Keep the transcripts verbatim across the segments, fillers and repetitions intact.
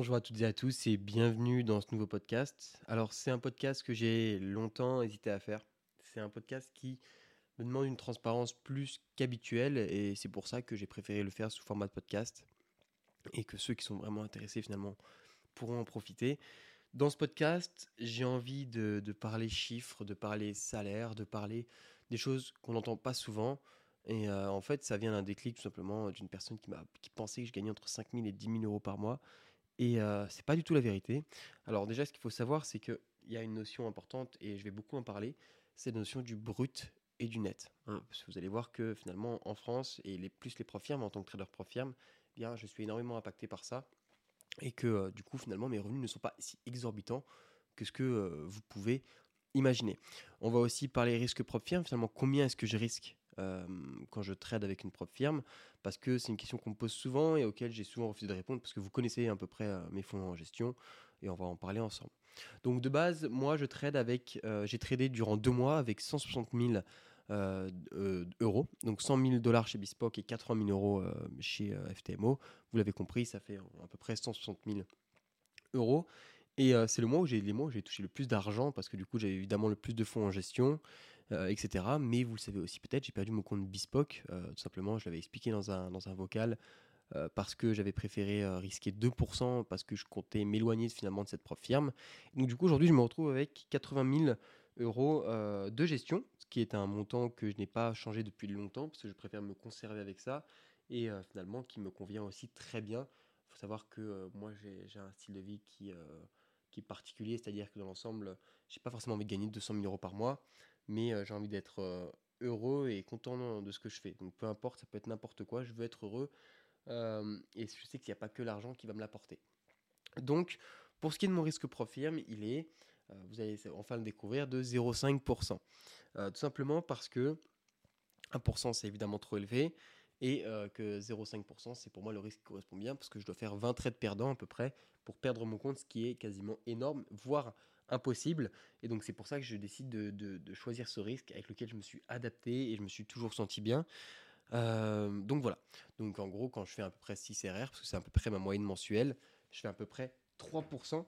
Bonjour à toutes et à tous et bienvenue dans ce nouveau podcast. Alors c'est un podcast que j'ai longtemps hésité à faire. C'est un podcast qui me demande une transparence plus qu'habituelle et c'est pour ça que j'ai préféré le faire sous format de podcast et que ceux qui sont vraiment intéressés finalement pourront en profiter. Dans ce podcast, j'ai envie de, de parler chiffres, de parler salaire, de parler des choses qu'on n'entend pas souvent. Et euh, en fait, ça vient d'un déclic tout simplement d'une personne qui m'a qui pensait que je gagnais entre cinq mille et dix mille euros par mois. Et heu, c'est pas du tout la vérité. Alors déjà, ce qu'il faut savoir, c'est qu'il y a une notion importante et je vais beaucoup en parler, c'est la notion du brut et du net, hein. Parce que vous allez voir que finalement en France et les plus les profirmes en tant que trader profirme, eh bien je suis énormément impacté par ça et que, heu, du coup finalement mes revenus ne sont pas si exorbitants que ce que, heu, vous pouvez imaginer. On va aussi parler risque propre firme, finalement combien est-ce que je risque, hem, quand je trade avec une propre firme? Parce que c'est une question qu'on me pose souvent et auquel j'ai souvent refusé de répondre parce que vous connaissez à peu près, heu, mes fonds en gestion et on va en parler ensemble. Donc de base, moi je trade avec, heu, j'ai tradé durant deux mois avec cent soixante mille heu, d heu, euros, donc cent mille dollars chez Bespoke et quatre-vingt mille euros heu, chez, heu, F T M O. Vous l'avez compris, ça fait à peu près cent soixante mille euros. Et heu, c'est le mois où j'ai les mois où j'ai touché le plus d'argent parce que du coup, j'avais évidemment le plus de fonds en gestion, heu, et cetera. Mais vous le savez aussi peut-être, j'ai perdu mon compte Bespoke, heu, tout simplement, je l'avais expliqué dans un dans un vocal, heu, parce que j'avais préféré, heu, risquer deux parce que je comptais m'éloigner finalement de cette propre firme. Donc du coup, aujourd'hui, je me retrouve avec quatre-vingt mille euros heu, de gestion, ce qui est un montant que je n'ai pas changé depuis longtemps parce que je préfère me conserver avec ça et heu, finalement qui me convient aussi très bien. Il faut savoir que, heu, moi j'ai j'ai un style de vie qui, heu, qui est particulier, c'est-à-dire que dans l'ensemble, j'ai pas forcément envie de gagner deux cent mille euros par mois, mais heu, j'ai envie d'être, heu, heureux et content de ce que je fais. Donc peu importe, ça peut être n'importe quoi, je veux être heureux. Euh, et je sais qu'il n'y a pas que l'argent qui va me l'apporter. Donc, pour ce qui est de mon risque profirme, il est, euh, vous allez enfin le découvrir, de zéro virgule cinq pour cent. Euh, tout simplement parce que un pour cent c'est évidemment trop élevé et euh, que zéro virgule cinq pour cent c'est pour moi le risque qui correspond bien parce que je dois faire vingt trades perdants à peu près pour perdre mon compte, ce qui est quasiment énorme, voire impossible. Et donc c'est pour ça que je décide de, de- de choisir ce risque avec lequel je me suis adapté et je me suis toujours senti bien. Euh, donc voilà. Donc en gros, quand je fais à peu près six R R, parce que c'est à peu près ma moyenne mensuelle, je fais à peu près trois pour cent.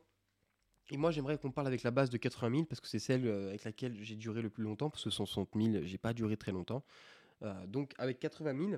Et moi, j'aimerais qu'on parle avec la base de quatre-vingt mille, parce que c'est celle euh, avec laquelle j'ai duré le plus longtemps, parce que cent soixante mille, j'ai pas duré très longtemps. Euh, donc avec quatre-vingt mille,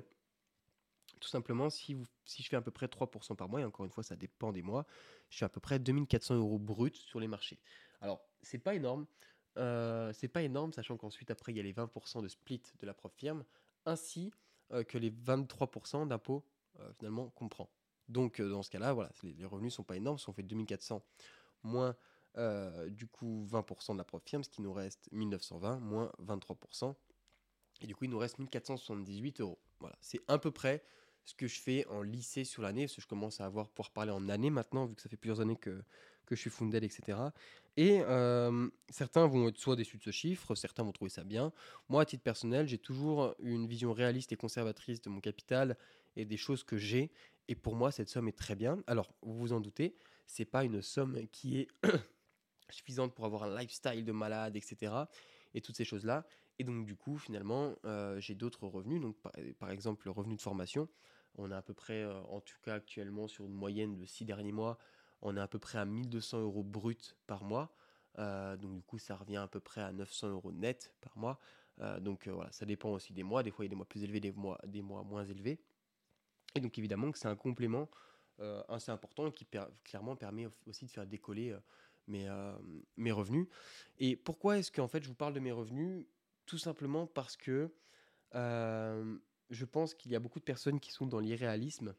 tout simplement, si, vous, si je fais à peu près trois pour cent par mois, et encore une fois, ça dépend des mois, je fais à peu près deux mille quatre cents euros bruts sur les marchés. Alors, c'est pas énorme. Euh, c'est pas énorme, sachant qu'ensuite, après, il y a les vingt pour cent de split de la propre firme, ainsi euh, que les vingt-trois pour cent d'impôts, euh, finalement, qu'on prend. Donc, euh, dans ce cas-là, voilà, les, les revenus sont pas énormes. Si on fait deux mille quatre cents moins, euh, du coup, vingt pour cent de la propre firme, ce qui nous reste mille neuf cent vingt, moins vingt-trois pour cent. Et du coup, il nous reste mille quatre cent soixante-dix-huit euros. Voilà, c'est à peu près ce que je fais en lycée sur l'année, parce que je commence à avoir, pouvoir parler en année maintenant, vu que ça fait plusieurs années que, que je suis Funded, et cetera. Et euh, certains vont être soit déçus de ce chiffre, certains vont trouver ça bien. Moi, à titre personnel, j'ai toujours une vision réaliste et conservatrice de mon capital et des choses que j'ai. Et pour moi, cette somme est très bien. Alors, vous vous en doutez, c'est pas une somme qui est suffisante pour avoir un lifestyle de malade, et cetera. Et toutes ces choses-là. Et donc, du coup, finalement, euh, j'ai d'autres revenus. Donc, par, par exemple, le revenu de formation. On est à peu près, euh, en tout cas actuellement, sur une moyenne de six derniers mois, on est à peu près à mille deux cents euros brut par mois. Euh, donc, du coup, ça revient à peu près à neuf cents euros net par mois. Euh, donc, euh, voilà, ça dépend aussi des mois. Des fois, il y a des mois plus élevés, des mois, des mois moins élevés. Et donc, évidemment, que c'est un complément euh, assez important et qui per- clairement permet aussi de faire décoller euh, mes, euh, mes revenus. Et pourquoi est-ce qu'en fait je vous parle de mes revenus? Tout simplement parce que euh, je pense qu'il y a beaucoup de personnes qui sont dans l'irréalisme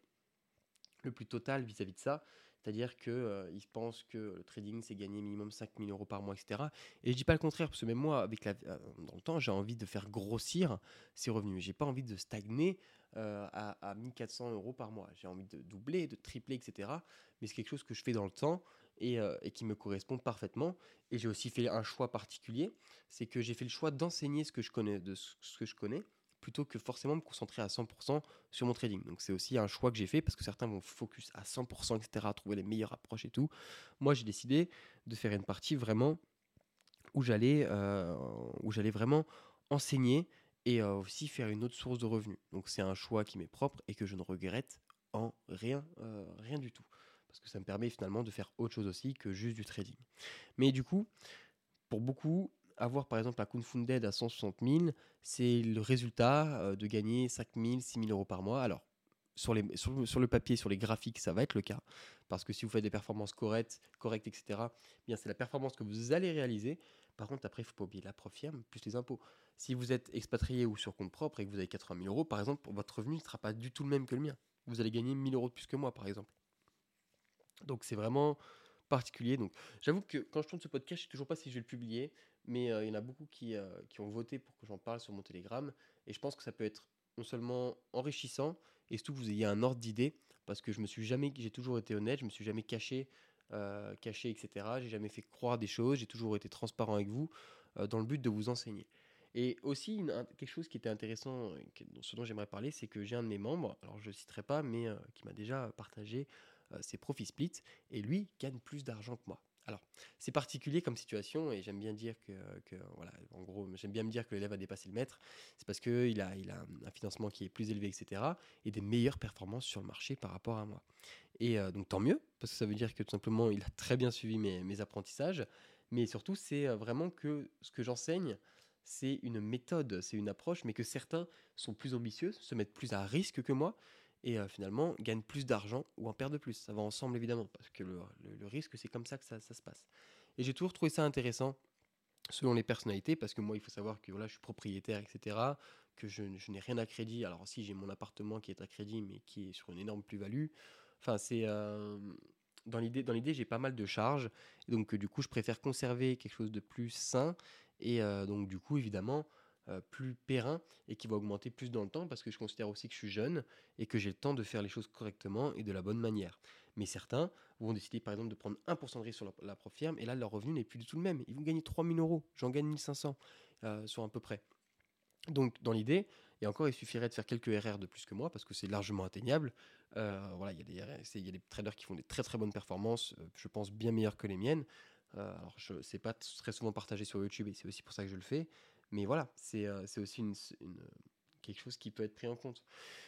le plus total vis-à-vis de ça. C'est-à-dire qu'ils euh, ils pensent que le trading, c'est gagner minimum cinq mille euros par mois, et cetera. Et je dis pas le contraire, parce que même moi, avec la, euh, dans le temps, j'ai envie de faire grossir ces revenus. J'ai pas envie de stagner euh, à, à mille quatre cents euros par mois. J'ai envie de doubler, de tripler, et cetera. Mais c'est quelque chose que je fais dans le temps et, euh, et qui me correspond parfaitement. Et j'ai aussi fait un choix particulier, c'est que j'ai fait le choix d'enseigner ce que je connais, de ce ce que je connais, plutôt que forcément me concentrer à cent pour cent sur mon trading. Donc c'est aussi un choix que j'ai fait parce que certains vont focus à cent pour cent, et cetera, trouver les meilleures approches et tout. Moi, j'ai décidé de faire une partie vraiment où j'allais euh, où j'allais vraiment enseigner et euh, aussi faire une autre source de revenus. Donc c'est un choix qui m'est propre et que je ne regrette en rien, euh, rien du tout. parce que ça me permet finalement de faire autre chose aussi que juste du trading. Mais du coup, pour beaucoup, avoir par exemple un Confunded à cent soixante mille, c'est le résultat euh, de gagner cinq mille, six mille euros par mois. Alors, sur, les, sur, le- sur le papier, sur les graphiques, ça va être le cas, parce que si vous faites des performances correctes, correctes et cetera, eh bien c'est la performance que vous allez réaliser. Par contre, après, il ne faut pas oublier la profirme plus les impôts. Si vous êtes expatrié ou sur compte propre et que vous avez quatre-vingt mille euros, par exemple, votre revenu ne sera pas du tout le même que le mien. Vous allez gagner mille euros de plus que moi, par exemple. Donc c'est vraiment particulier. Donc j'avoue que quand je tourne ce podcast, je sais toujours pas si je vais le publier, mais euh, il y en a beaucoup qui, euh, qui ont voté pour que j'en parle sur mon Telegram. Et je pense que ça peut être non seulement enrichissant, et surtout que vous ayez un ordre d'idée, parce que je me suis jamais, j'ai toujours été honnête, je me suis jamais caché, euh, caché, et cetera. J'ai jamais fait croire des choses, j'ai toujours été transparent avec vous, euh, dans le but de vous enseigner. Et aussi, une- un- quelque chose qui était intéressant, euh, que- dont- ce dont j'aimerais parler, c'est que j'ai un de mes membres, alors je ne citerai pas, mais euh, qui m'a déjà partagé euh, ses profits split, et lui gagne plus d'argent que moi. Alors, c'est particulier comme situation, et j'aime bien dire que, que, voilà, en gros, j'aime bien me dire que l'élève a dépassé le maître, c'est parce qu'il a, il a un financement qui est plus élevé, et cetera, et des meilleures performances sur le marché par rapport à moi. Et euh, donc tant mieux, parce que ça veut dire que tout simplement, il a très bien suivi mes, mes apprentissages, mais surtout, c'est euh, vraiment que ce que j'enseigne, c'est une méthode, c'est une approche, mais que certains sont plus ambitieux, se mettent plus à risque que moi, et euh, finalement gagnent plus d'argent ou en perdent plus. Ça va ensemble évidemment, parce que le, le- le risque, c'est comme ça que ça, ça se passe. Et j'ai toujours trouvé ça intéressant selon les personnalités, parce que moi, il faut savoir que voilà, je suis propriétaire, et cetera, que je, je n'ai rien à crédit. Alors si, j'ai mon appartement qui est à crédit, mais qui est sur une énorme plus-value. Enfin, c'est... euh, dans l'idée, dans l'idée, j'ai pas mal de charges, et donc euh, du coup, je préfère conserver quelque chose de plus sain, et euh, donc du coup, évidemment, euh, plus périn, et qui va augmenter plus dans le temps, parce que je considère aussi que je suis jeune, et que j'ai le temps de faire les choses correctement et de la bonne manière. Mais certains vont décider par exemple de prendre un pour cent de risque sur la, la prof firme, et là leur revenu n'est plus du tout le même. Ils vont gagner trois mille euros, j'en gagne mille cinq cents euh, sur à peu près. Donc dans l'idée, et encore il suffirait de faire quelques erreurs de plus que moi, parce que c'est largement atteignable. Euh, voilà, il y, a des, R R C, il y a des traders qui font des très très bonnes performances, euh, je pense bien meilleures que les miennes. Euh, alors je sais pas très souvent partagé sur YouTube, et c'est aussi pour ça que je le fais. Mais voilà, c'est euh, c'est aussi une, une- quelque chose qui peut être pris en compte.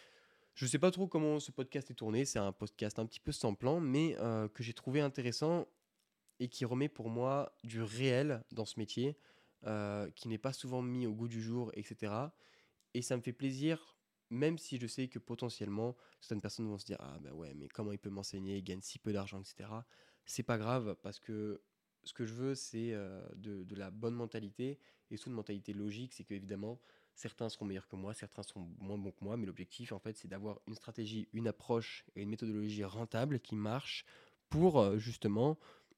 Je sais pas trop comment ce podcast est tourné, c'est un podcast un petit peu sans plan, mais euh, que j'ai trouvé intéressant et qui remet pour moi du réel dans ce métier, euh, qui n'est pas souvent mis au goût du jour, et cetera. Et ça me fait plaisir, même si je sais que potentiellement, certaines personnes vont se dire: ah ben ouais, mais comment il peut m'enseigner, il gagne si peu d'argent, et cetera. C'est pas grave, parce que ce que je veux, c'est euh, de, de la bonne mentalité, et surtout une mentalité logique. C'est que évidemment, certains seront meilleurs que moi, certains seront moins bons que moi, mais l'objectif, en fait, c'est d'avoir une stratégie, une approche et une méthodologie rentable qui marche pour euh, justement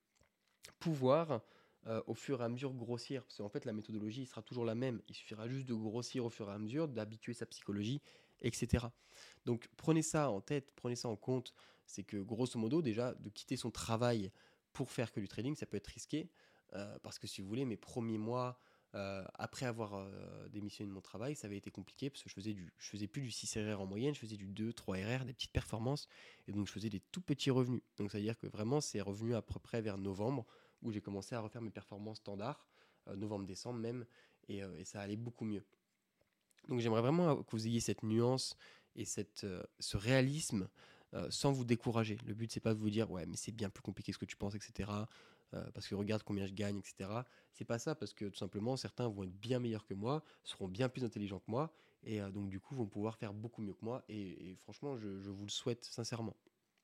pouvoir euh, au fur et à mesure grossir. Parce qu'en fait, la méthodologie sera toujours la même. Il suffira juste de grossir au fur et à mesure, d'habituer sa psychologie, et cetera. Donc prenez ça en tête, prenez ça en compte. C'est que grosso modo, déjà, de quitter son travail pour faire que du trading, ça peut être risqué. Euh, parce que si vous voulez, mes premiers mois, euh, après avoir euh, démissionné de mon travail, ça avait été compliqué, parce que je faisais, du, je faisais plus du six R R en moyenne, je faisais du deux trois R R, des petites performances, et donc je faisais des tout petits revenus. Donc ça veut dire que vraiment, c'est revenu à peu près vers novembre, où j'ai commencé à refaire mes performances standards, euh, novembre-décembre même, et, euh, et ça allait beaucoup mieux. Donc j'aimerais vraiment que vous ayez cette nuance et cette, euh, ce réalisme, euh, sans vous décourager. Le but, c'est pas de vous dire: ouais, mais c'est bien plus compliqué ce que tu penses, et cetera. Euh, parce que regarde combien je gagne, et cetera. C'est pas ça, parce que tout simplement, certains vont être bien meilleurs que moi, seront bien plus intelligents que moi, et euh, donc du coup vont pouvoir faire beaucoup mieux que moi. Et, et franchement, je, je vous le souhaite sincèrement.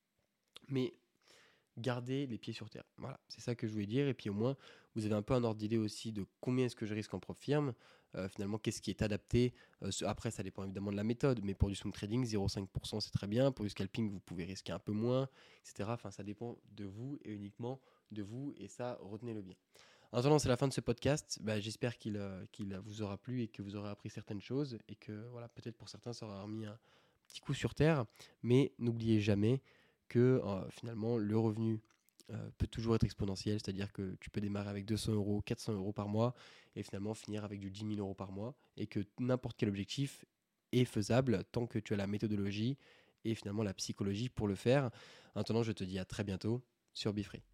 Mais garder les pieds sur terre. Voilà, c'est ça que je voulais dire. Et puis au moins, vous avez un peu un ordre d'idée aussi de combien est-ce que je risque en prof firme. Euh, finalement, qu'est-ce qui est adapté. Euh, ce- après, ça dépend évidemment de la méthode, mais pour du swing trading, zéro virgule cinq pour cent c'est très bien. Pour du scalping, vous pouvez risquer un peu moins, et cetera. Enfin, ça dépend de vous et uniquement de vous. Et ça, retenez-le bien. En attendant, c'est la fin de ce podcast. Bah, j'espère qu'il euh, qu'il vous aura plu et que vous aurez appris certaines choses. Et que, voilà, peut-être pour certains, ça aura remis un petit coup sur terre. Mais n'oubliez jamais que euh, finalement, le revenu euh, peut toujours être exponentiel, c'est-à-dire que tu peux démarrer avec deux cents euros, quatre cents euros par mois, et finalement finir avec du dix mille euros par mois, et que n'importe quel objectif est faisable tant que tu as la méthodologie et finalement la psychologie pour le faire. En attendant, je te dis à très bientôt sur BeFree.